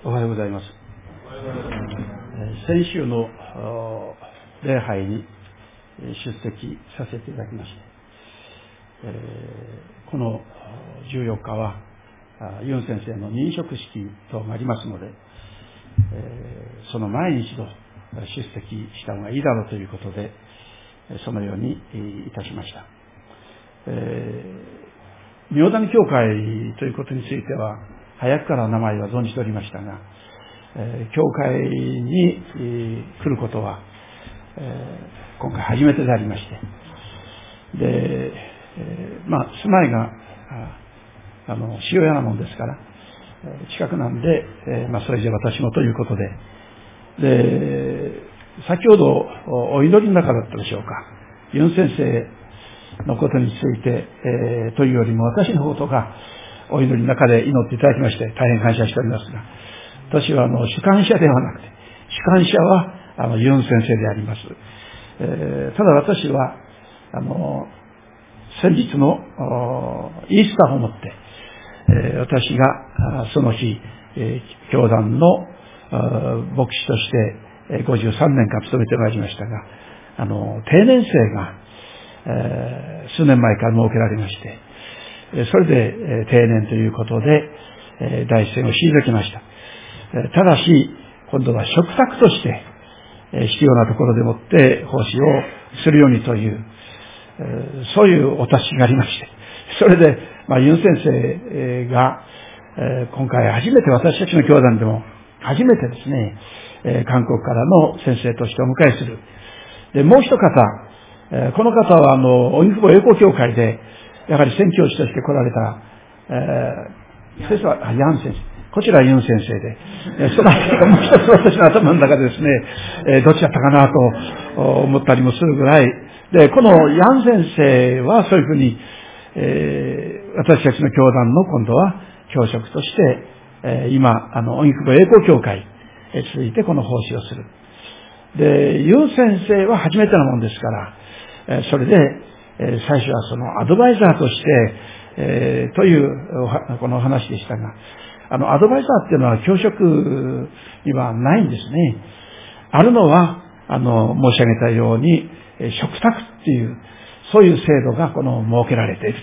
おはようございます。先週の礼拝に出席させていただきまして、この14日はユン先生の任職式等がありますので、その前に一度出席した方がいいだろうということで、そのようにいたしました。明谷教会ということについては早くから名前は存じておりましたが、教会に来ることは今回初めてでありまして、で、住まいが塩屋なもんですから近くなんで、それじゃ私もということで、先ほどお祈りの中だったでしょうか、ユン先生のことについて、というよりも私の方とかお祈りの中で祈っていただきまして大変感謝しておりますが、私は主観者ではなくて主観者はユン先生であります。ただ私は先日のイースターをもって、私がその日、教団の牧師として53年間勤めてまいりましたが、定年制が数年前から設けられまして、それで定年ということで第一線を退きました。ただし今度は嘱託として必要なところでもって奉仕をするようにというそういうお達しがありまして、それでユン先生が今回初めて私たちの教団でも初めてですね、韓国からの先生としてお迎えする。で、もう一方、この方は荻窪栄光教会でやはり宣教師として来られた、先生はヤン先生。こちらユン先生で、その後もう一つ私の頭の中でですね、どっちだったかなと思ったりもするぐらい、で、このヤン先生はそういうふうに、私たちの教団の今度は教職として、今、荻窪栄光教会に続いてこの奉仕をする。で、ユン先生は初めてのものですから、それで、最初はそのアドバイザーとして、というこの話でしたが、アドバイザーっていうのは教職にはないんですね。あるのは、申し上げたように、嘱託っていう、そういう制度が設けられてい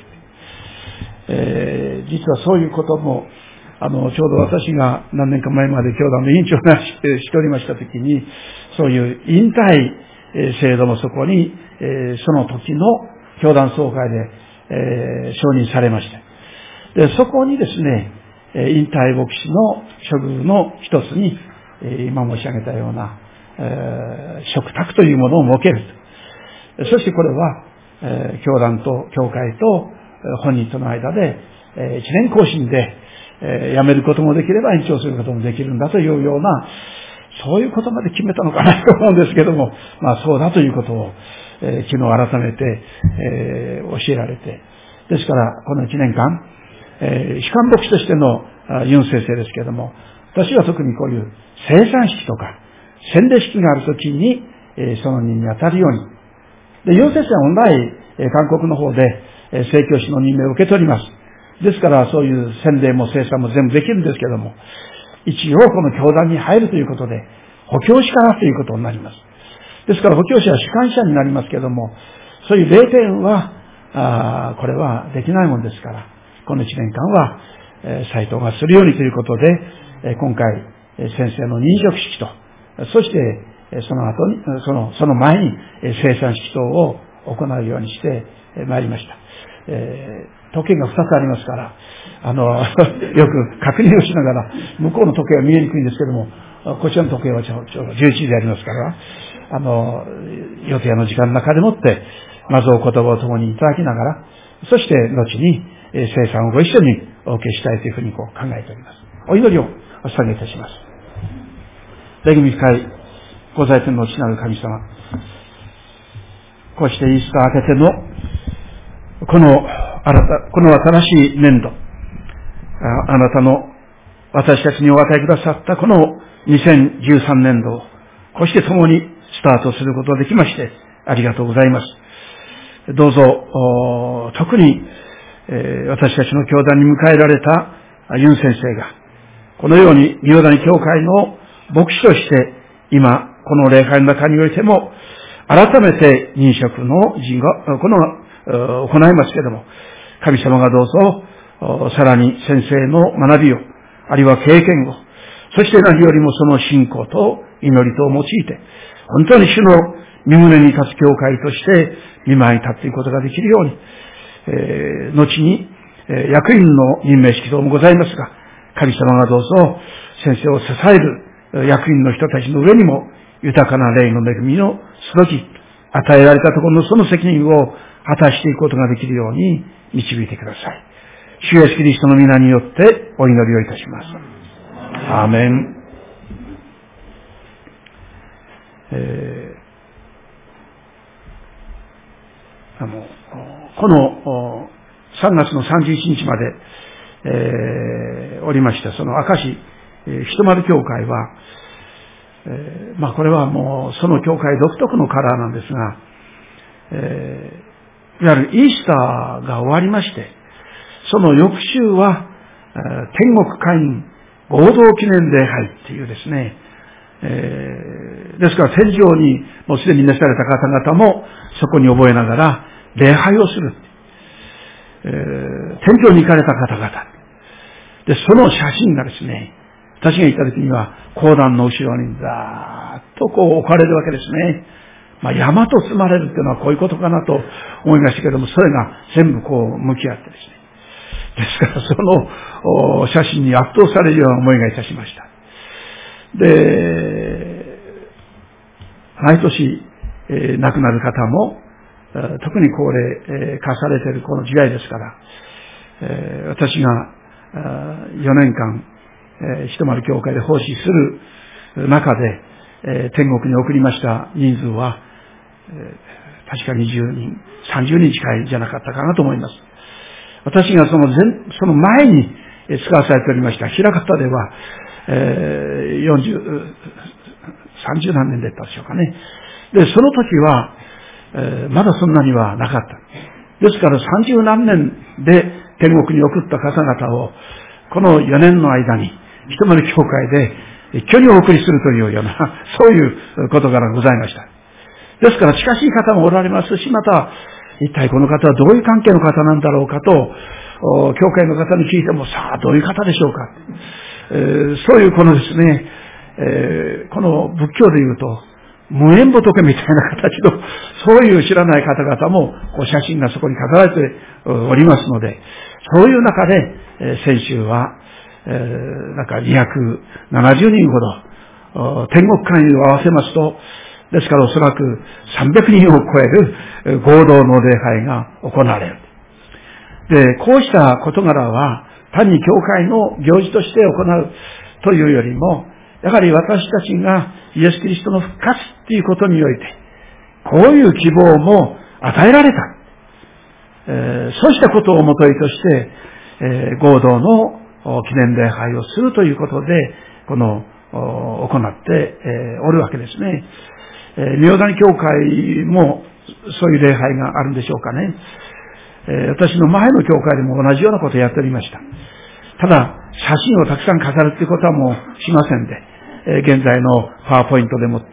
る。実はそういうことも、ちょうど私が何年か前まで教団の委員長をしておりましたときに、そういう引退制度もそこに、その時の教団総会で、承認されました。で、そこにですね、引退牧師の処遇の一つに、今申し上げたような、嘱託というものを設ける。そしてこれは、教団と教会と本人との間で、一年更新で、辞めることもできれば延長することもできるんだというような、そういうことまで決めたのかなと思うんですけども、そうだということを、昨日改めて、教えられて、ですからこの1年間、主幹牧師としてのユン先生ですけれども、私は特にこういう生産式とか洗礼式があるときに、その任に当たるように。で、ユン先生は本来、韓国の方で、宣教師の任命を受け取ります。ですから、そういう洗礼も生産も全部できるんですけども、一応この教団に入るということで、補教師からということになります。ですから、補教師は主幹者になりますけども、そういう0点は、これはできないものですから、この1年間は、斉藤がするようにということで、今回、先生の任職式と、そして、その後に、その前に、生産式等を行うようにしてまいりました。時計が2つありますから、よく確認をしながら、向こうの時計は見えにくいんですけども、こちらの時計はちょうど11時でありますから、予定の時間の中でもって、まずお言葉を共にいただきながら、そして後に、生産をご一緒にお受けしたいというふうに考えております。お祈りをお捧げいたします。恵み深いご在天の父なる神様、こうしてイースター明けてのこの新しい年度、あなたの私たちにお与えくださったこの2013年度をこうして共にスタートすることができましてありがとうございます。どうぞ特に私たちの教団に迎えられたユン先生がこのように、御代谷教会の牧師として、今、この礼拝の中においても、改めて認職の辞が、行いますけれども、神様がどうぞ、さらに先生の学びを、あるいは経験を、そして何よりもその信仰と祈りとを用いて、本当に主の身胸に立つ教会として、見舞いに立っていくことができるように、後に、役員の任命式等もございますが、神様がどうぞ、先生を支える役員の人たちの上にも、豊かな霊の恵みを注ぎ、与えられたところのその責任を果たしていくことができるように導いてください。主イエスキリストの皆によってお祈りをいたします。アーメン。この3月の31日まで、おりましたその明石ひとまる教会は、これはもうその教会独特のカラーなんですが、いわゆるイースターが終わりまして、その翌週は、天国会員合同記念礼拝っていうですね、ですから天上にもうすでに召された方々もそこに覚えながら礼拝をする。天上に行かれた方々。で、その写真がですね、私が行った時には講談の後ろにざーっとこう置かれるわけですね。山と積まれるっていうのはこういうことかなと思いましたけれども、それが全部こう向き合ってですね。ですからその写真に圧倒されるような思いがいたしました。で、毎年、亡くなる方も、特に高齢化されているこの時代ですから、私が4年間、ひとまる教会で奉仕する中で、天国に送りました人数は、確か20人、30人近いんじゃなかったかなと思います。私がその前に使わされておりました枚方では、30何年だったでしょうかね。で、その時は、まだそんなにはなかった。ですから30何年で天国に送った方々を、この4年の間に、ひとまる教会で一挙にお送りするというような、そういう事柄がございました。ですから近しい方もおられますし、また、一体この方はどういう関係の方なんだろうかと、教会の方に聞いても、さあどういう方でしょうか。そういうこのですね、この仏教でいうと、無縁仏みたいな形の、そういう知らない方々も、写真がそこに飾られておりますので、そういう中で、先週は、なんか270人ほど、天国会員を合わせますと、ですからおそらく300人を超える合同の礼拝が行われる。で、こうした事柄は、単に教会の行事として行うというよりも、やはり私たちがイエス・キリストの復活ということにおいて、こういう希望も与えられた。そうしたことをもといとして、合同の記念礼拝をするということで、行っておるわけですね。明谷教会もそういう礼拝があるんでしょうかね。私の前の教会でも同じようなことをやっておりました。ただ、写真をたくさん飾るということはもうしませんで、現在のパワーポイントでもって、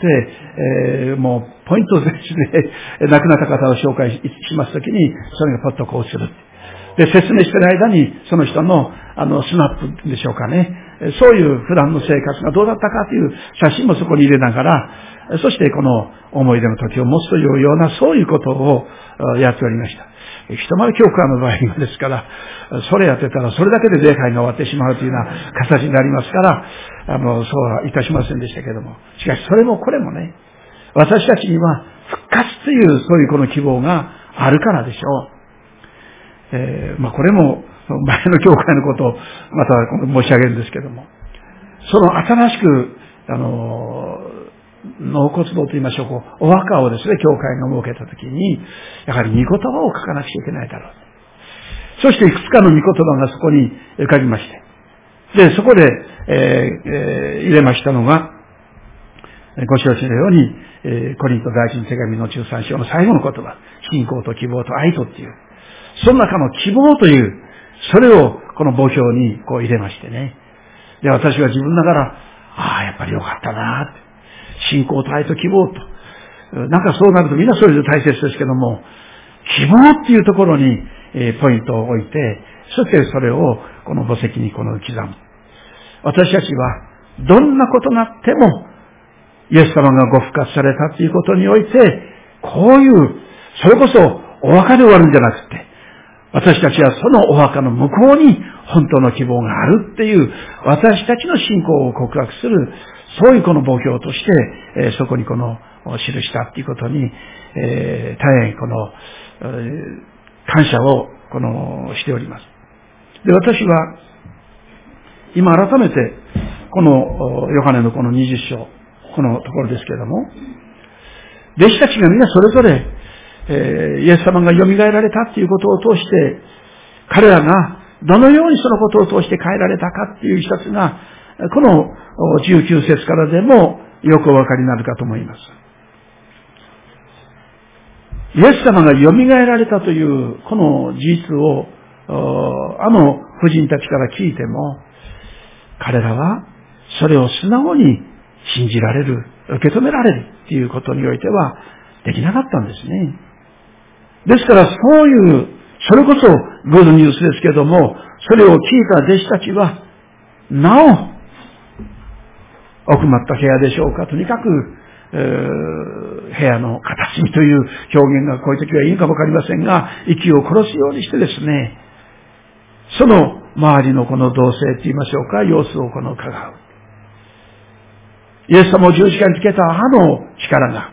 もうポイントですね、亡くなった方を紹介しますときに、それがポッとこうする。で、説明している間に、その人の、スナップでしょうかね。そういう普段の生活がどうだったかという写真もそこに入れながら、そしてこの思い出の時を持つというような、そういうことをやっておりました。ひとまる教会の場合はですから、それやってたらそれだけで礼拝が終わってしまうというような形になりますから、そうはいたしませんでしたけれども。しかしそれもこれもね、私たちには復活というそういうこの希望があるからでしょう。これも前の教会のことをまた申し上げるんですけども、その新しく、納骨堂と言いましょう、お墓をですね、教会が設けたときに、やはり御言葉を書かなくちゃいけないだろう。そしていくつかの御言葉がそこに浮かびまして、で、そこで、入れましたのが、ご承知のように、コリント第一の手紙の13章の最後の言葉、信仰と希望と愛とっていう、その中の希望という、それをこの墓標にこう入れましてね。 で、私は自分ながら、やっぱりよかったなって。信仰と愛と希望と。なんかそうなるとみんなそれぞれ大切ですけども、希望っていうところに、ポイントを置いて、そしてそれをこの墓石に刻む。私たちはどんなことがあっても、イエス様がご復活されたということにおいて、こういう、それこそお墓で終わるんじゃなくて、私たちはそのお墓の向こうに本当の希望があるっていう、私たちの信仰を告白する、そういうこの墓標として、そこにこの記したっていうことに、大変この、感謝をしております。で、私は、今改めて、このヨハネのこの20章、このところですけれども、弟子たちがみんなそれぞれ、イエス様が蘇られたっていうことを通して、彼らがどのようにそのことを通して変えられたかっていう一つが、この19節からでもよくお分かりになるかと思います。イエス様が蘇られたというこの事実を、婦人たちから聞いても、彼らはそれを素直に信じられる、受け止められるっていうことにおいてはできなかったんですね。ですからそういう、それこそグッドニュースですけども、それを聞いた弟子たちは、なお、奥まった部屋でしょうか、とにかく、部屋の片隅という表現がこういう時はいいかもわかりませんが、息を殺すようにしてですね、その周りのこの動静と言いましょうか、様子を伺う。イエス様を十字架につけた力が、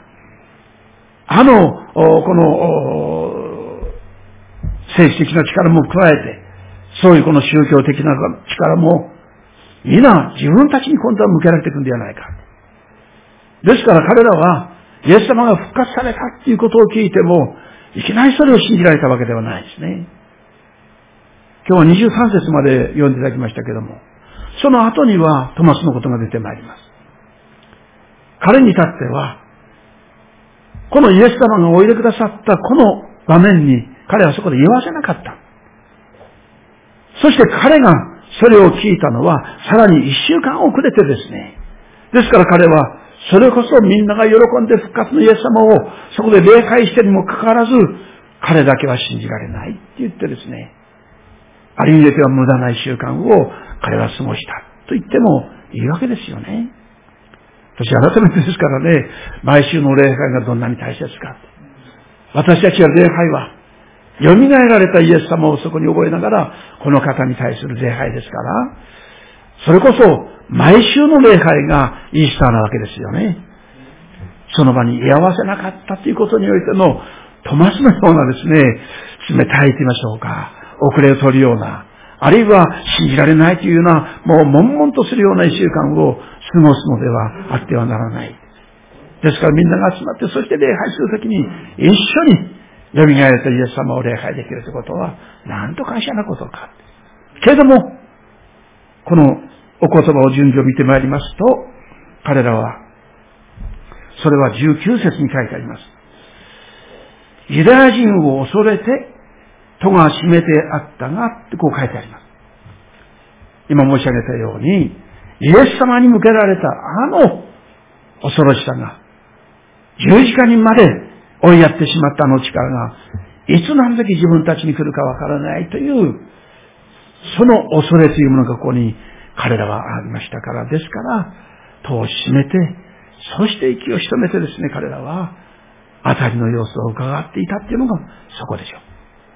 この政治的な力も加えて、そういうこの宗教的な力も、皆自分たちに今度は向けられていくんではないか。ですから彼らは、イエス様が復活されたっていうことを聞いても、いきなりそれを信じられたわけではないですね。今日は23節まで読んでいただきましたけども、その後にはトマスのことが出てまいります。彼に至っては、このイエス様がおいでくださったこの場面に彼はそこで言わせなかった。そして彼がそれを聞いたのはさらに1週間遅れてですね。ですから彼はそれこそみんなが喜んで復活のイエス様をそこで礼拝してにもかかわらず、彼だけは信じられないって言ってですね、ある意味では無駄な1週間を彼は過ごしたと言ってもいいわけですよね。私改めてですからね、毎週の礼拝がどんなに大切か。私たちは礼拝は、蘇られたイエス様をそこに覚えながら、この方に対する礼拝ですから、それこそ毎週の礼拝がイースターなわけですよね。その場に居合わせなかったということにおいての、トマスのようなですね、冷たいと言いましょうか、遅れを取るような、あるいは信じられないというような、もう悶々とするような一週間を過ごすのではあってはならない。ですからみんなが集まって、そして礼拝するときに一緒に蘇られたイエス様を礼拝できるということは、なんと感謝なことか。けれども、このお言葉を順序を見てまいりますと、彼らは、それは19節に書いてあります。ユダヤ人を恐れて、戸が閉めてあったが、ってこう書いてあります。今申し上げたように、イエス様に向けられた恐ろしさが、十字架にまで追いやってしまった力が、いつ何時自分たちに来るかわからないという、その恐れというものがここに彼らはありましたから、ですから、戸を閉めて、そして息を潜めてですね、彼らは、辺りの様子を伺っていたっていうのがそこでしょう。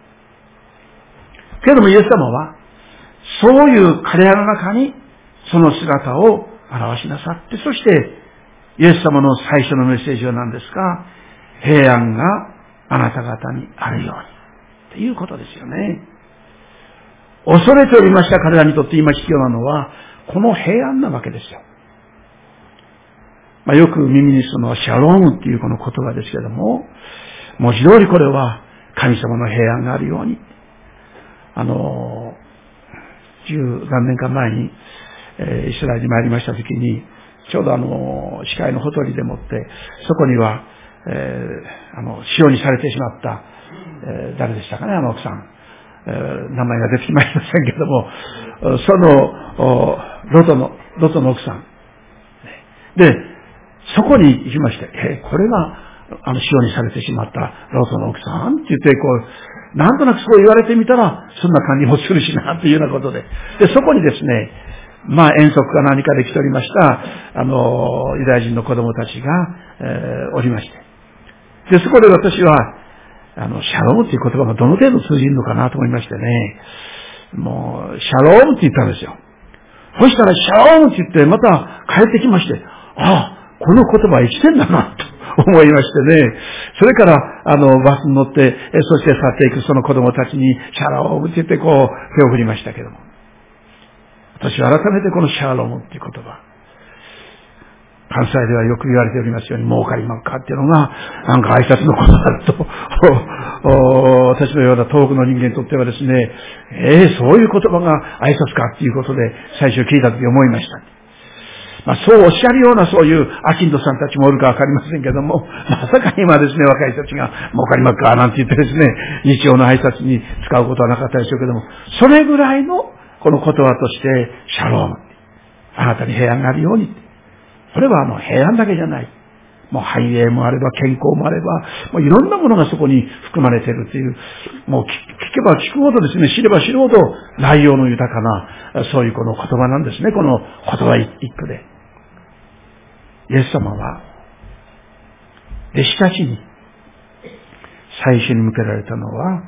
けれどもイエス様は、そういう彼らの中に、その姿を表しなさって、そして、イエス様の最初のメッセージは何ですか？平安があなた方にあるように。ということですよね。恐れておりました彼らにとって今必要なのは、この平安なわけですよ。よく耳にするのはシャロームっていうこの言葉ですけれども、文字通りこれは神様の平安があるように。十何年間前に、イスラエルに参りましたときに、ちょうど視界のほとりでもって、そこには、塩にされてしまった、誰でしたかね、奥さん。名前が出てきませんけれども、その、 ロトの奥さん。で、そこに行きまして、これが、塩にされてしまったロトの奥さんって言って、なんとなくそう言われてみたら、そんな感じもするしな、というようなことで。で、そこにですね、遠足か何かで来ておりました、ユダヤ人の子供たちが、おりまして。で、そこで私は、シャロームっていう言葉がどの程度通じるのかなと思いましてね、もう、シャロームって言ったんですよ。そしたら、シャロームって言って、また帰ってきまして、この言葉生きてんだな、と思いましてね。それから、バスに乗って、そして去っていくその子供たちに、シャロームって言って手を振りましたけども。私は改めてこのシャロームっていう言葉。関西ではよく言われておりますように、儲かりまっかっていうのが、なんか挨拶のことだと、私のような遠くの人間にとってはですね、そういう言葉が挨拶かっていうことで、最初聞いたとき思いました。そうおっしゃるようなそういうアキンドさんたちもおるかわかりませんけども、まさか今ですね、若い人たちが、儲かりまっかなんて言ってですね、日曜の挨拶に使うことはなかったでしょうけども、それぐらいのこの言葉として、シャローム。あなたに平安があるように。それは平安だけじゃない。もう繁栄もあれば健康もあれば、もういろんなものがそこに含まれているという、もう聞けば聞くほどですね、知れば知るほど内容の豊かな、そういうこの言葉なんですね、この言葉一句で。イエス様は、弟子たちに最初に向けられたのは、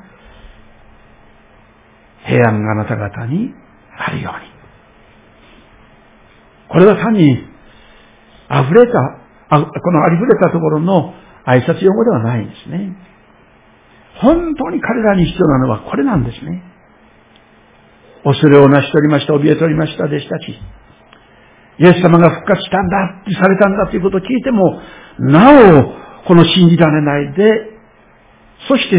平安があなた方にあるように。これは単に、このありふれたところの挨拶用語ではないんですね。本当に彼らに必要なのはこれなんですね。恐れをなしておりました、怯えておりました弟子たち。イエス様が復活したんだ、されたんだということを聞いても、なお、この信じられないで、そして、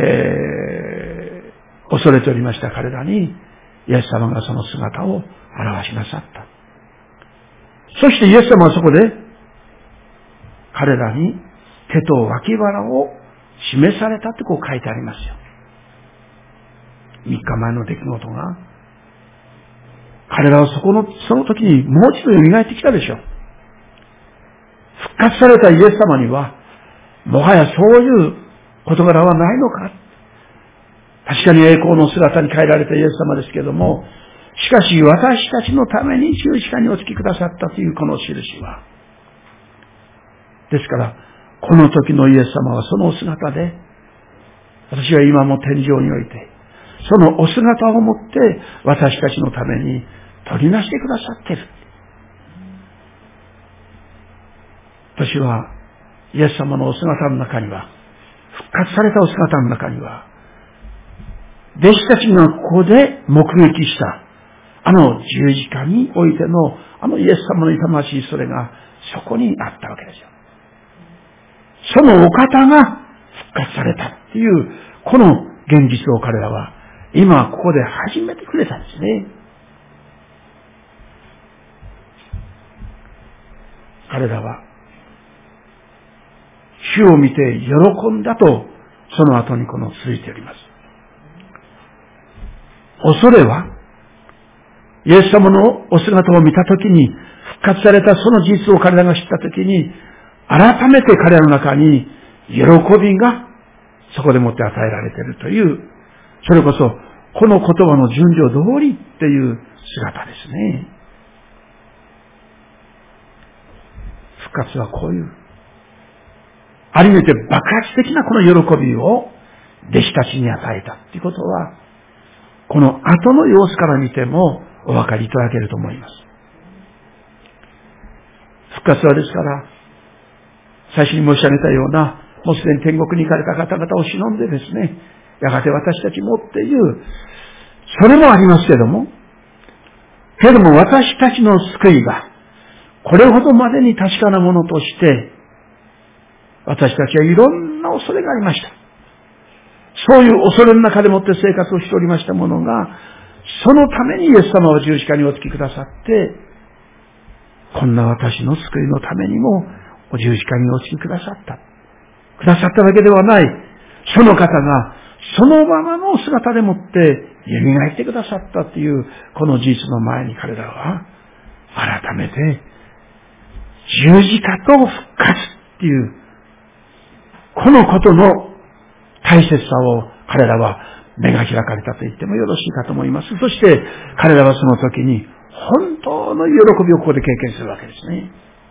恐れておりました彼らに、イエス様がその姿を表しなさった。そしてイエス様はそこで、彼らに手と脇腹を示されたって書いてありますよ。3日前の出来事が、彼らはその時にもう一度蘇ってきたでしょう。復活されたイエス様には、もはやそういう事柄はないのか。確かに栄光の姿に変えられたイエス様ですけれども、しかし私たちのために十字架にお付きくださったというこの印は。ですから、この時のイエス様はそのお姿で、私は今も天上において、そのお姿をもって私たちのために取りなしてくださっている。私はイエス様のお姿の中には、復活されたお姿の中には、弟子たちがここで目撃した十字架においてのイエス様の痛ましいそれがそこにあったわけですよ。そのお方が復活されたっていうこの現実を彼らは今ここで始めてくれたんですね。彼らは主を見て喜んだとその後に続いております。恐れはイエス様のお姿を見たときに復活されたその事実を彼らが知ったときに改めて彼らの中に喜びがそこでもって与えられているというそれこそこの言葉の順序通りっていう姿ですね。復活はこういうある意味で爆発的なこの喜びを弟子たちに与えたということはこの後の様子から見てもお分かりいただけると思います。復活はですから最初に申し上げたようなもうすでに天国に行かれた方々を忍んでですねやがて私たちもっていうそれもありますけれども私たちの救いがこれほどまでに確かなものとして私たちはいろんな恐れがありました。そういう恐れの中でもって生活をしておりましたものがそのためにイエス様は十字架にお付きくださってこんな私の救いのためにもお十字架にお付きくださっただけではないその方がそのままの姿でもって蘇ってくださったというこの事実の前に彼らは改めて十字架と復活っていうこのことの大切さを彼らは目が開かれたと言ってもよろしいかと思います。そして彼らはその時に本当の喜びをここで経験するわけですね。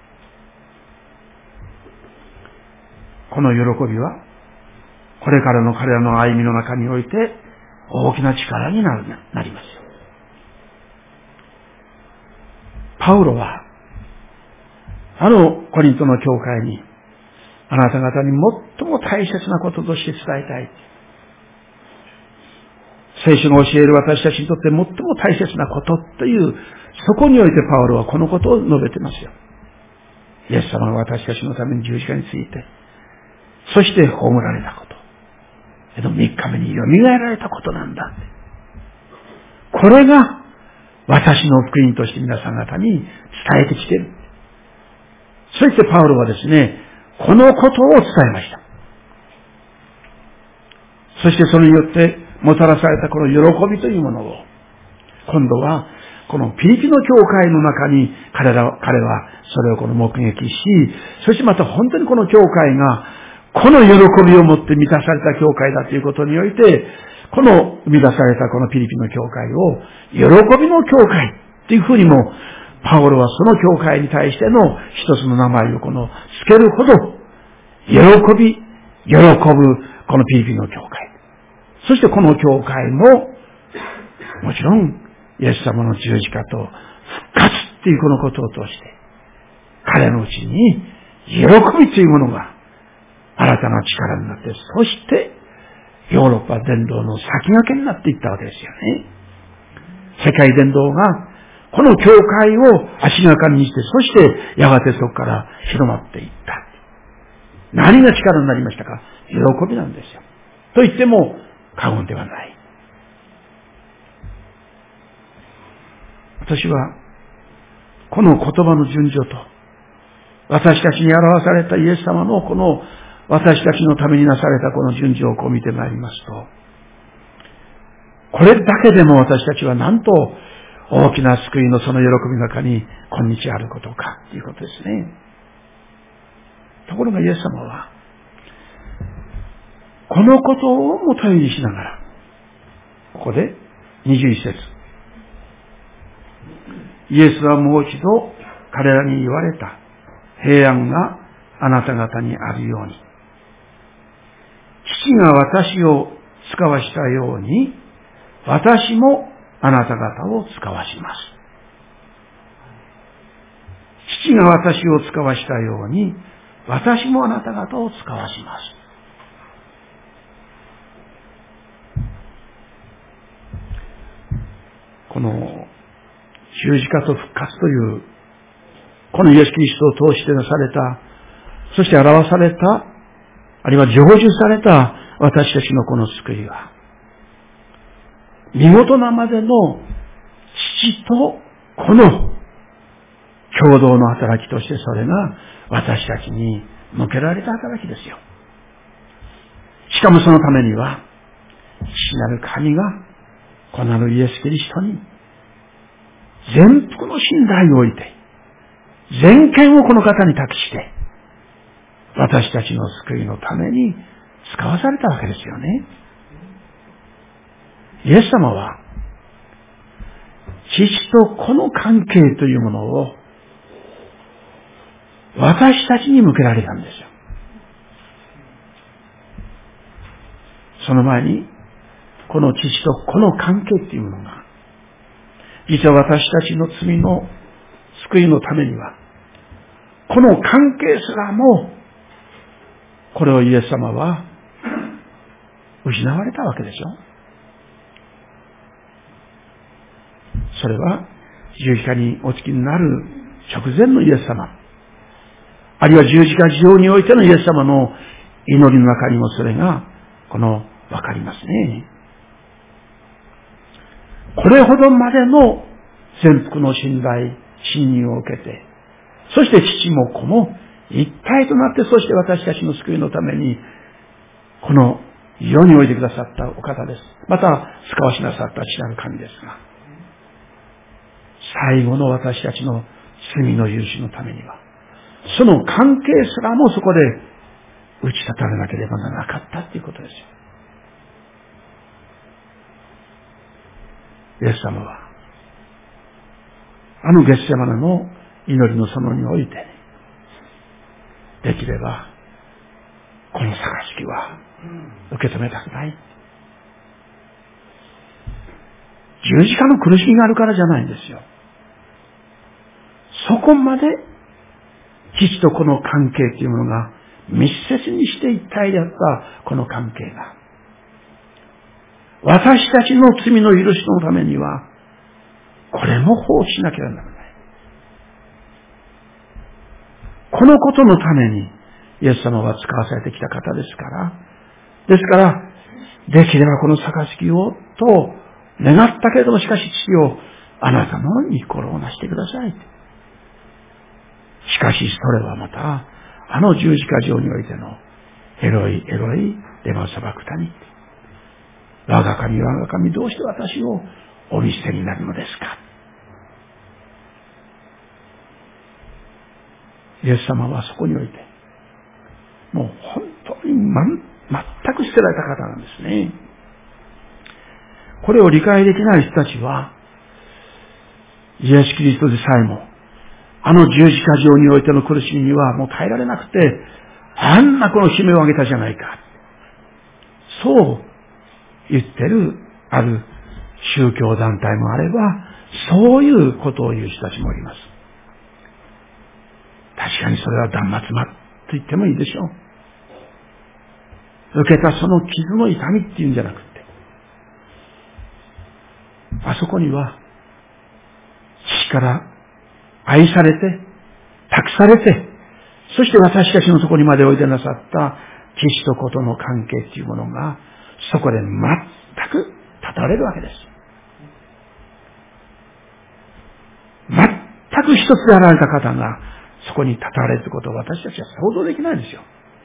この喜びはこれからの彼らの歩みの中において大きな力になりますよ。パウロはコリントの教会にあなた方に最も大切なこととして伝えたい。聖書が教える私たちにとって最も大切なことという、そこにおいてパウロはこのことを述べてますよ。イエス様が私たちのために十字架について、そして葬られたこと。3日目に蘇られたことなんだ。これが私の福音として皆さん方に伝えてきている。そしてパウロはですね、このことを伝えました。そしてそれによってもたらされたこの喜びというものを、今度はこのピリピの教会の中に彼はそれを目撃し、そしてまた本当にこの教会がこの喜びをもって満たされた教会だということにおいて、この生み出されたこのピリピの教会を喜びの教会というふうにもパウロはその教会に対しての一つの名前をつけるほど喜ぶこのピリピの教会。そしてこの教会ももちろんイエス様の十字架と復活っていうこのことを通して彼のうちに喜びというものが新たな力になって、そしてヨーロッパ伝道の先駆けになっていったわけですよね。世界伝道がこの教会を足がかりにして、そしてやがてそこから広まっていった。何が力になりましたか？喜びなんですよ。と言っても過言ではない。私はこの言葉の順序と私たちに表されたイエス様のこの私たちのためになされたこの順序を見てまいりますと、これだけでも私たちはなんと大きな救いのその喜びの中に今日あることかということですね。ところがイエス様はこのことをも頼りにしながら、ここで21節、イエスはもう一度彼らに言われた。平安があなた方にあるように、父が私を使わしたように、私もあなた方を使わします。父が私を使わしたように、私もあなた方を使わします。この十字架と復活というこのイエス・キリストを通してなされた、そして表された、あるいは成就された私たちのこの救いは、見事なまでの父と子の共同の働きとして、それが私たちに向けられた働きですよ。しかもそのためには、父なる神が子なるイエス・キリストに全幅の信頼を置いて、全権をこの方に託して、私たちの救いのために使わされたわけですよね。イエス様は、父と子の関係というものを私たちに向けられたんですよ。その前に、この父と子の関係というものが、実は私たちの罪の救いのためには、この関係すらも、これをイエス様は失われたわけでしょ。それは十字架にお付きになる直前のイエス様、あるいは十字架上においてのイエス様の祈りの中にもそれがわかりますね。これほどまでの全幅の信頼、信任を受けて、そして父も子も一体となって、そして私たちの救いのために、この世においてくださったお方です。また、使わしなさった父なる神ですが、最後の私たちの罪の許しのためには、その関係すらもそこで打ち立たれなければならなかったということですよ。イエス様は、あのゲッセマネの祈りの園において、できれば、この杯は受け止めたくない。十字架の苦しみがあるからじゃないんですよ。そこまで父とこの関係というものが密接にして一体であったこの関係が、私たちの罪の許しのためには、これも放棄しなければならない。このことのために、イエス様は使わされてきた方ですから、できればこの杯をと願ったけれども、しかし父をあなたの御心をなしてください。しかしそれはまた、あの十字架上においてのエロイエロイレマサバクタニ。我が神我が神、どうして私をお見捨てになるのですか。イエス様はそこにおいて、もう本当に全く捨てられた方なんですね。これを理解できない人たちは、イエス・キリストでさえも、あの十字架上においての苦しみにはもう耐えられなくて、あんなこの悲鳴を上げたじゃないか。そう言ってるある宗教団体もあれば、そういうことを言う人たちもおります。確かにそれは断末魔と言ってもいいでしょう。受けたその傷の痛みっていうんじゃなくて、あそこには父から愛されて、託されて、そして私たちのところにまでおいでなさった父と子との関係というものが、そこで全く断たれるわけです。全く一つであられた方が、そこに断たれることを私たちは想像できないんですよ。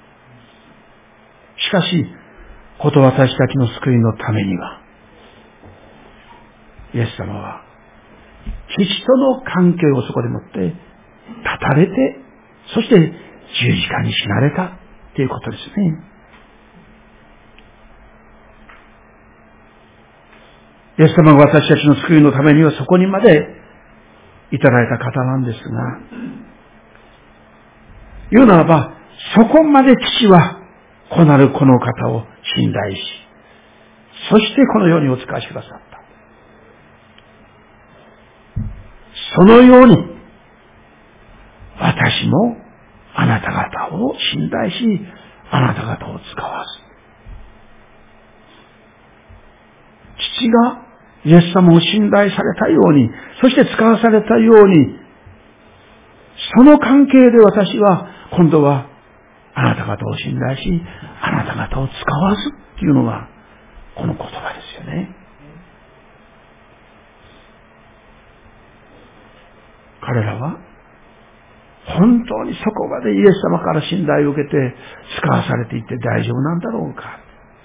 しかし、こと私たちの救いのためには、イエス様は、父との関係をそこでもって断たれて、そして十字架に死なれたということですね。イエス様が私たちの救いのためにはそこにまでいただいた方なんですが、言うならば、そこまで父は子なるこの方を信頼し、そしてこの世にお使わしくださった。そのように、私もあなた方を信頼し、あなた方を使わす。父がイエス様を信頼されたように、そして使わされたように、その関係で私は、今度はあなた方を信頼し、あなた方を使わすっていうのが、この言葉ですよね。彼らは、本当にそこまでイエス様から信頼を受けて使わされていって大丈夫なんだろうか。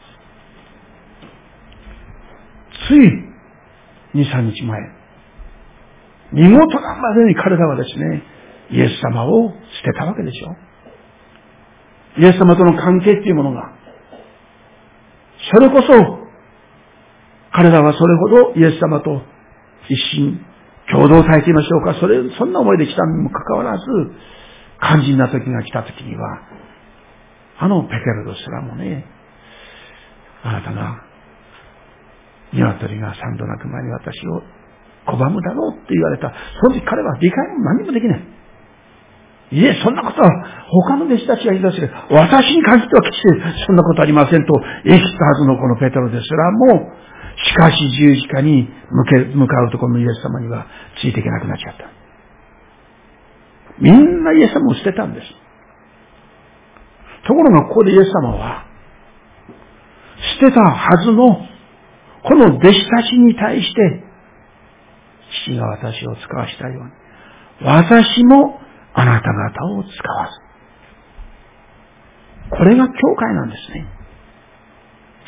つい2、3日前、見事なまでに彼らはですね、イエス様を捨てたわけでしょ。イエス様との関係っていうものが、それこそ、彼らはそれほどイエス様と一心、共同体と言いましょうか、そんな思いで来たにもかかわらず、肝心な時が来た時には、あのペテロですらもね、あなたが、鶏が三度鳴く前に私を拒むだろうって言われた。その時彼は理解も何もできない。いえ、そんなことは他の弟子たちが言い出して、私に限っては決してそんなことありませんと言い切ったはずのこのペテロですらも、しかし十字架に向かうところのイエス様にはついていけなくなっちゃった。みんなイエス様を捨てたんです。ところがここでイエス様は、捨てたはずのこの弟子たちに対して、父が私を使わしたように、私もあなた方を使わす。これが教会なんですね。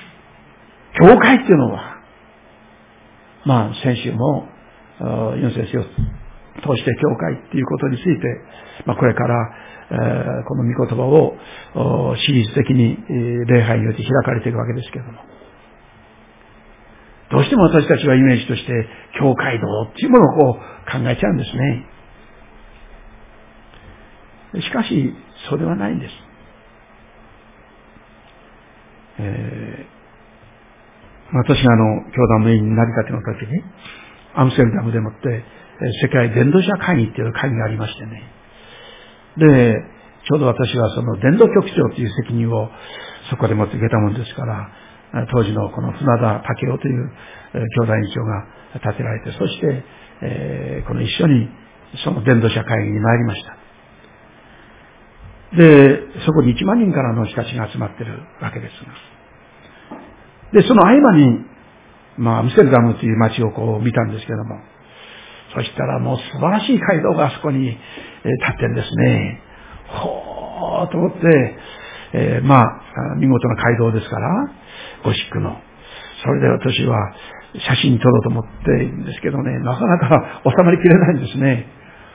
教会っていうのは、先週も、ユン先生を通して教会っていうことについて、これから、この御言葉をシリーズ的に礼拝によって開かれているわけですけれども、どうしても私たちはイメージとして、教会堂っていうものを考えちゃうんですね。しかし、そうではないんです。私が教団の委員になりたての時に、アムステルダムでもって、世界伝道者会議っていう会議がありましてね。で、ちょうど私はその伝道局長という責任をそこでもって受けたものですから、当時のこの船田武雄という教団委員長が立てられて、そして、この一緒にその伝道者会議に参りました。で、そこに1万人からの人たちが集まっているわけですが。で、その合間に、アムステルダムという街をこう見たんですけども、そしたらもう素晴らしい街道があそこに立ってるんですね。ほーと思って、見事な街道ですから、ゴシックの。それで私は写真撮ろうと思っているんですけどね、なかなか収まりきれないんですね。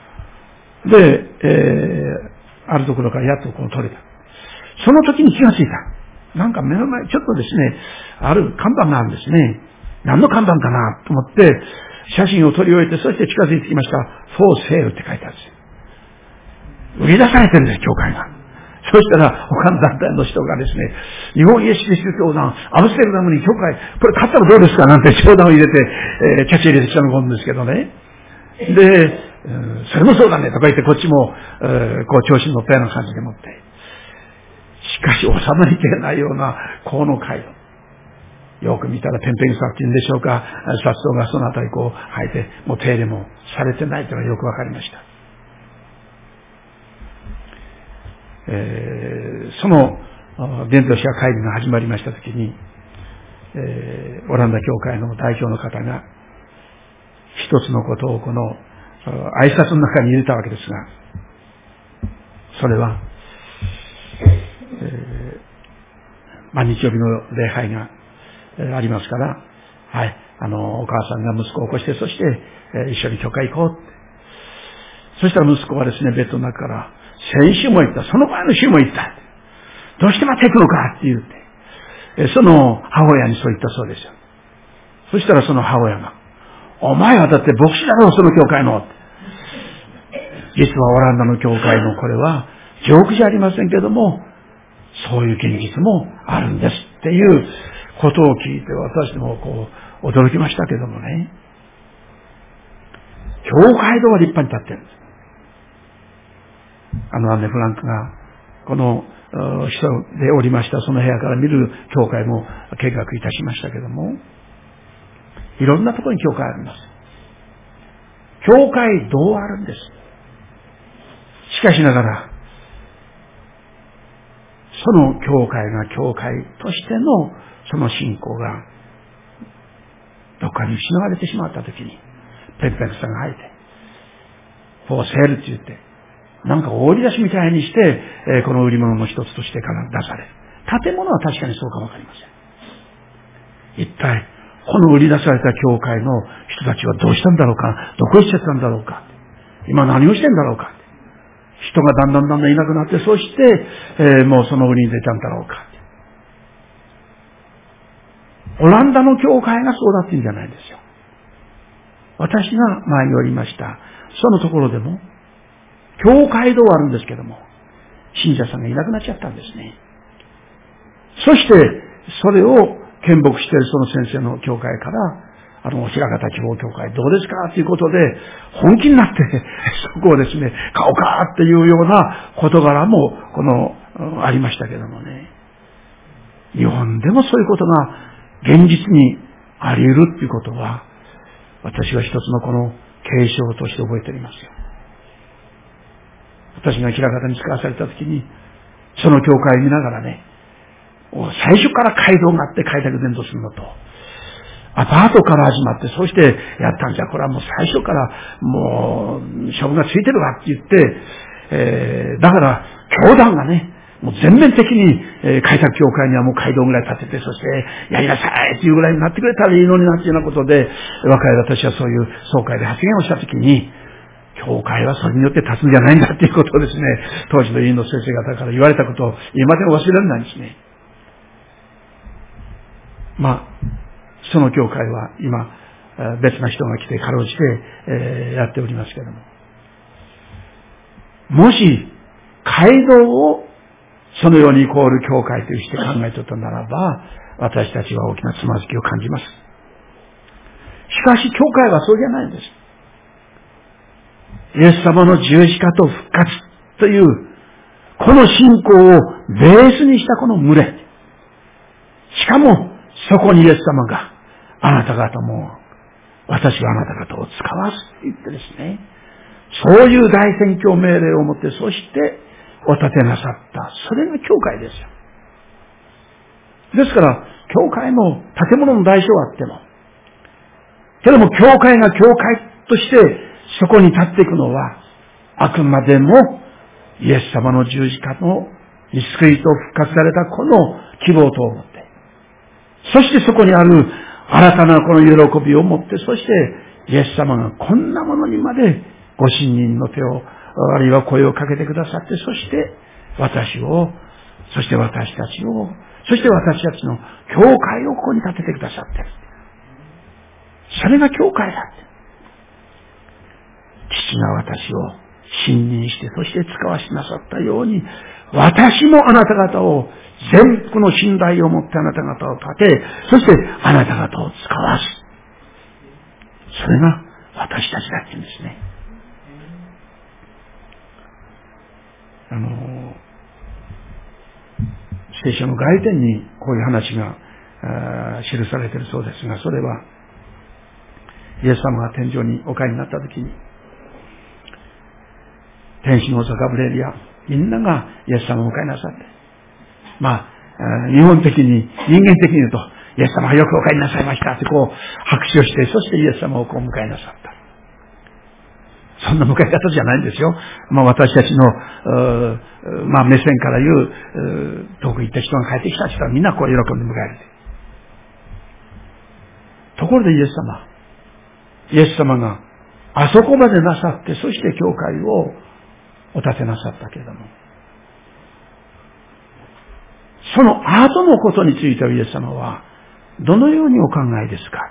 で、あるところからやっとこう撮れた。その時に気がついた。なんか目の前、ちょっとですね、ある看板があるんですね。何の看板かなと思って、写真を撮り終えて、そして近づいてきました。for sale って書いてあるんですよ。売り出されてるんです、教会が。そしたら、他の団体の人がですね、日本イエスキリスト教団、アムステルダムに教会、これ買ったらどうですかなんて商談を入れて、キャッチ入れてきたのですけどね。で、それもそうだねとか言って、こっちも、こう調子に乗ったような感じでもって。しかし、収まりきれないような、この街道。よく見たらペンペン草っていうんでしょうか、雑草がそのあたりこう生えて、もう手入れもされてないというのがよくわかりました。その伝道者会議が始まりましたときに、オランダ教会の代表の方が一つのことをこの挨拶の中に入れたわけですが、それは、日曜日の礼拝がありますから、はい、お母さんが息子を起こして、そして、一緒に教会行こうって。そしたら息子はですね、ベッドの中から、先週も言った、その前の週も言った。どうしてまた行くのかって言って、その母親にそう言ったそうですよ。そしたらその母親が、お前はだって牧師だろう、その教会の。実はオランダの教会のこれは、ジョークじゃありませんけども、そういう現実もあるんですっていうことを聞いて、私もこう、驚きましたけどもね。教会堂は立派に立ってるんです。アンネ・フランクが、この人でおりました、その部屋から見る教会も見学いたしましたけども、いろんなところに教会あります。教会堂あるんです。しかしながら、その教会が教会としてのその信仰がどっかに失われてしまったときに、ペンペン草が生えて、フォーセールって言って、なんか大売り出しみたいにして、この売り物の一つとしてから出される。建物は確かにそうかもわかりません。一体、この売り出された教会の人たちはどうしたんだろうか、どこへ行っちゃったんだろうか、今何をしてんだろうか、人がだんだんいなくなって、そして、もうその売りに出たんだろうか。オランダの教会がそうだって言うんじゃないですよ。私が前に言いました、そのところでも、教会堂はあるんですけども、信者さんがいなくなっちゃったんですね。そして、それを見牧しているその先生の教会から、平方希望教会どうですかということで、本気になって、そこをですね、買おうかっていうような事柄も、ありましたけどもね。日本でもそういうことが現実にあり得るっていうことは、私は一つのこの継承として覚えておりますよ。私が平方に使わされたときに、その教会を見ながらね、最初から街道があって開拓伝道するのと、アパートから始まって、そしてやったんじゃ、これはもう最初からもう、勝負がついてるわって言って、だから、教団がね、 もう全面的に、開拓教会にはもう街道ぐらい建てて、そしてやりなさいっていうぐらいになってくれたらいいのになっていうようなことで、若い私はそういう総会で発言をしたときに、教会はそれによって立つんじゃないんだっていうことをですね、当時の委員の先生方から言われたことを今でも忘れられないんですね。その教会は今、別な人が来て、かろうじて、やっておりますけれども。もし、街道をそのようにイコール教会として考えていたならば、私たちは大きなつまずきを感じます。しかし、教会はそうじゃないんです。イエス様の十字架と復活という、この信仰をベースにしたこの群れ。しかも、そこにイエス様が、あなた方も、私はあなた方を使わすと言ってですね、そういう大宣教命令をもって、そしてお立てなさった。それが教会ですよ。ですから、教会の建物の代償はあっても、けども教会が教会としてそこに立っていくのは、あくまでもイエス様の十字架のに救いと復活されたこの希望とを持って、そしてそこにある新たなこの喜びを持って、そしてイエス様がこんなものにまでご信任の手を、あるいは声をかけてくださって、そして私を、そして私たちを、そして私たちの教会をここに立ててくださっている。それが教会だって。父が私を信任して、そして使わしなさったように、私もあなた方を全幅の信頼を持ってあなた方を立て、そしてあなた方を使わす。それが私たちだって言うんですね。聖書の外典にこういう話が記されているそうですが、それはイエス様が天井にお帰りになったときに、天使の王ザガブレエルやみんながイエス様をお迎えなさって、日本的に、人間的に言うと、イエス様がよくお帰りなさいましたってこう拍手をして、そしてイエス様をこう迎えなさった。そんな迎え方じゃないんですよ。私たちの、目線から言う、遠く行った人が帰ってきた人はみんなこう喜んで迎える。ところでイエス様があそこまでなさって、そして教会をお立てなさったけれども、その後のことについてはイエス様はどのようにお考えですか。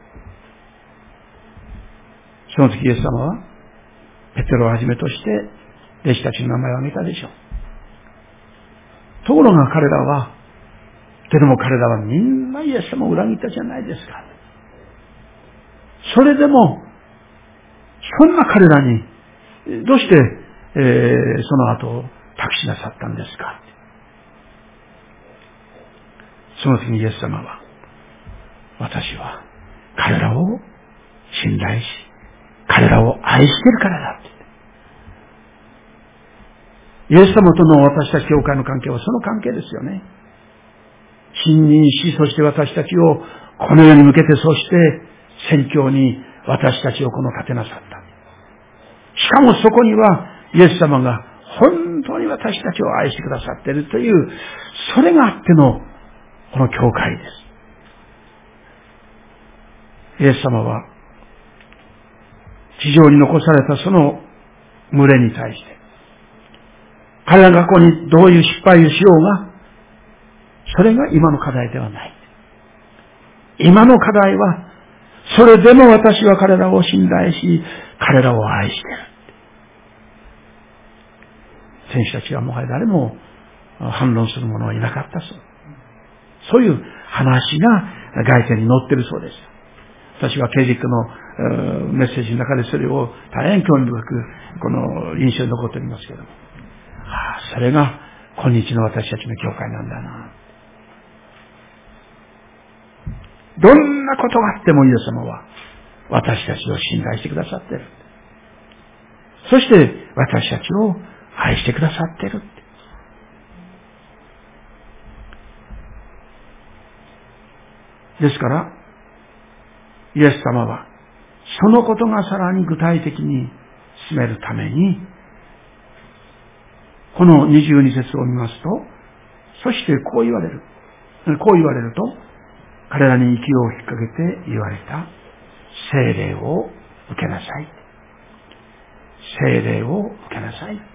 その時イエス様はペテロをはじめとして弟子たちの名前を挙げたでしょう。ところが彼らはみんなイエス様を裏切ったじゃないですか。それでもそんな彼らにどうしてその後を託しなさったんですか。その時にイエス様は、私は彼らを信頼し、彼らを愛しているからだって。イエス様との私たち教会の関係はその関係ですよね。信任し、そして私たちをこの世に向けて、そして宣教に私たちをこの立てなさった。しかもそこにはイエス様が本当に私たちを愛してくださっているという、それがあってのこの教会です。イエス様は地上に残されたその群れに対して、彼らがここにどういう失敗をしようが、それが今の課題ではない。今の課題は、それでも私は彼らを信頼し、彼らを愛している。選手たちはもはや誰も反論する者はいなかったそう。そういう話が外典に載っているそうです。私はケジックのメッセージの中でそれを大変興味深くこの印象に残っておりますけれども、それが今日の私たちの教会なんだな。どんなことがあってもイエス様は私たちを信頼してくださっている。そして私たちを愛してくださっている。ですから、イエス様はそのことがさらに具体的に進めるために、 この22節を見ますと、そしてこう言われると、彼らに息を引っ掛けて言われた。聖霊を受けなさい。聖霊を受けなさい。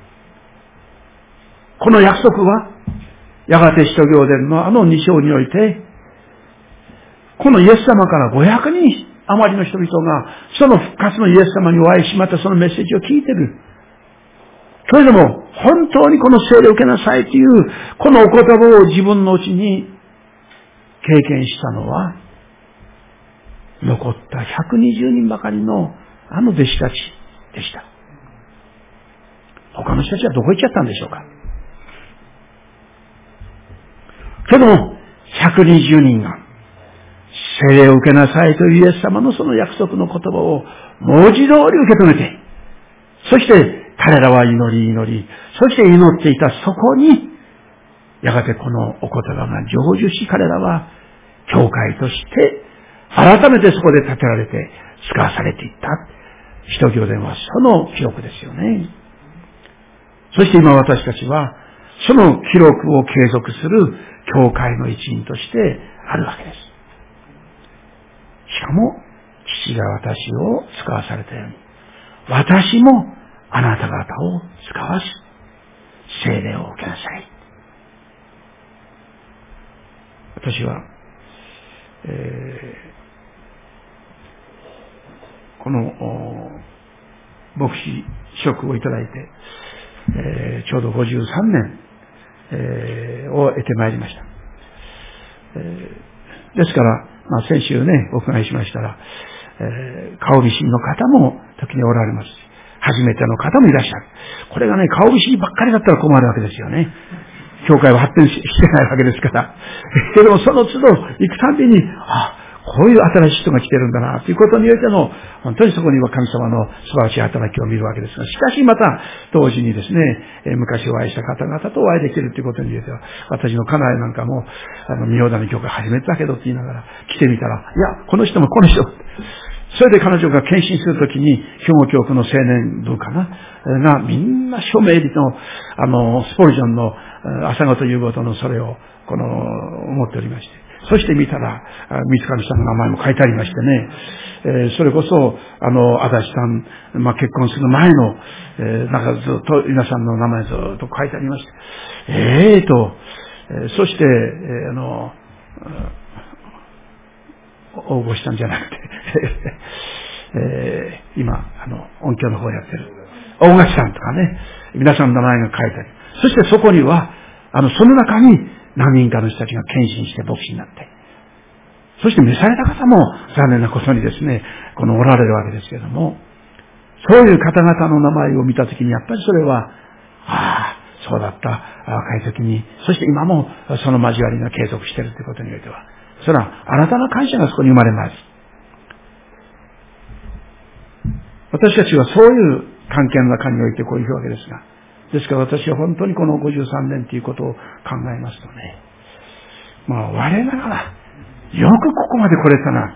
この約束は、やがて使徒行伝の2章において、このイエス様から500人余りの人々が、その復活のイエス様にお会いし、またそのメッセージを聞いている。それでも、本当にこの聖霊を受けなさいという、このお言葉を自分のうちに経験したのは、残った120人ばかりの弟子たちでした。他の人たちはどこ行っちゃったんでしょうか。けども、120人が、聖霊を受けなさいというイエス様のその約束の言葉を文字通り受け止めて、そして彼らは祈り、そして祈っていたそこに、やがてこのお言葉が成就し、彼らは教会として改めてそこで建てられて使わされていった。使徒行伝はその記録ですよね。そして今私たちはその記録を継続する教会の一員としてあるわけです。しかも父が私を使わされたように、私もあなた方を使わす。聖霊を受けなさい。私は、この牧師職をいただいて、ちょうど53年、を得てまいりました。ですから、先週ね、お伺いしましたら、顔見知りの方も時におられます。初めての方もいらっしゃる。これがね、顔見知りばっかりだったら困るわけですよね。教会は発展してないわけですから。けどもその都度行くたびに、こういう新しい人が来てるんだな、ということにおいての、本当にそこには神様の素晴らしい働きを見るわけですが、しかしまた、同時にですね、昔お会いした方々とお会いできるということにおいては、私の家内なんかも、仁王谷教会始めてたけどって言いながら、来てみたら、いや、この人もこの人。それで彼女が献身するときに、兵庫教区の青年部かなが、みんな署名入りの、スポルジョンの朝ごと夕ごとのそれを、持っておりまして。そして見たら、三上さんの名前も書いてありましてね、それこそ、足立さん、結婚する前の、なんかずっと皆さんの名前ずっと書いてありまして、そして、応募したんじゃなくて、今、音響の方やってる、大垣さんとかね、皆さんの名前が書いてある。そしてそこには、その中に何人かの人たちが献身して牧師になって、そして召された方も残念なことにですね、おられるわけですけれども、そういう方々の名前を見たときに、やっぱりそれは、そうだった、若い時に、そして今もその交わりが継続しているということにおいては、それは新たな感謝がそこに生まれます。私たちはそういう関係の中においてこういうわけですが、ですから私は本当にこの53年ということを考えますとね、我ながら、よくここまで来れたなって。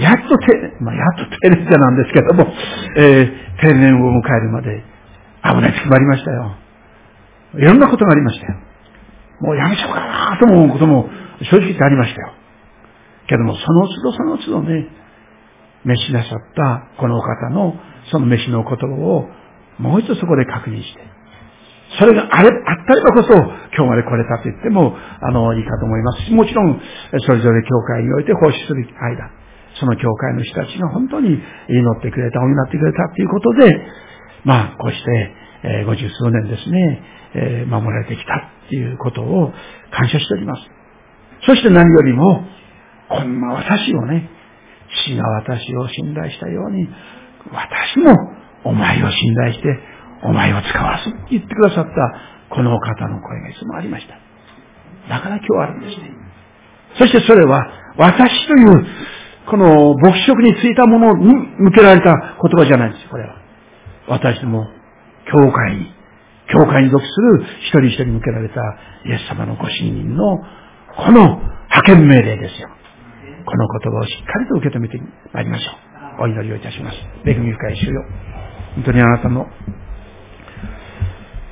やっと定年者なんですけども、定年を迎えるまで危ない時もありましたよ。いろんなことがありましたよ。もうやめちゃおうかなと思うことも正直言ってありましたよ。けどもその都度ね、召しなさったこのお方のその召しの言葉をもう一度そこで確認して、それがあったればこそ今日まで来れたと言ってもいいかと思いますし、もちろんそれぞれ教会において奉仕する間、その教会の人たちが本当に祈ってくれた、お祈ってくれたということで、こうして50数年ですね、守られてきたということを感謝しております。そして何よりもこんな私をね、父が私を信頼したように、私もお前を信頼してお前を使わすと言ってくださったこのお方の声がいつもありました。だから今日あるんですね。そしてそれは私というこの牧師職についたものに向けられた言葉じゃないんですよ。これは私ども教会に属する一人一人に向けられたイエス様のご信任のこの派遣命令ですよ。この言葉をしっかりと受け止めてまいりましょう。お祈りをいたします。恵み深い主よ、本当にあなたの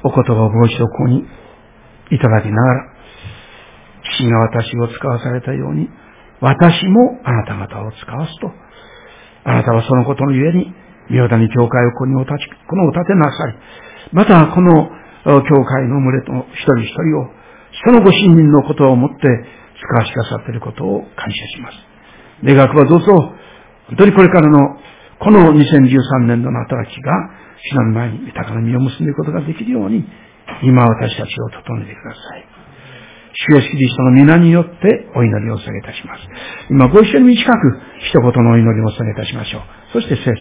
お言葉をご一緒ここにいただきながら、父が私を使わされたように、私もあなた方を使わすと。あなたはそのことのゆえに、御代に教会をこのお立てなさい。また、この教会の群れの一人一人を、そのご信任のことをもって使わしてくださっていることを感謝します。願わくはどうぞ、本当にこれからの、この2013年度の働きが、主の前に豊かな実を結んでいくことができるように、今私たちを整えてください。主イエスキリストの皆によってお祈りを捧げいたします。今ご一緒に短く一言のお祈りを捧げいたしましょう。そして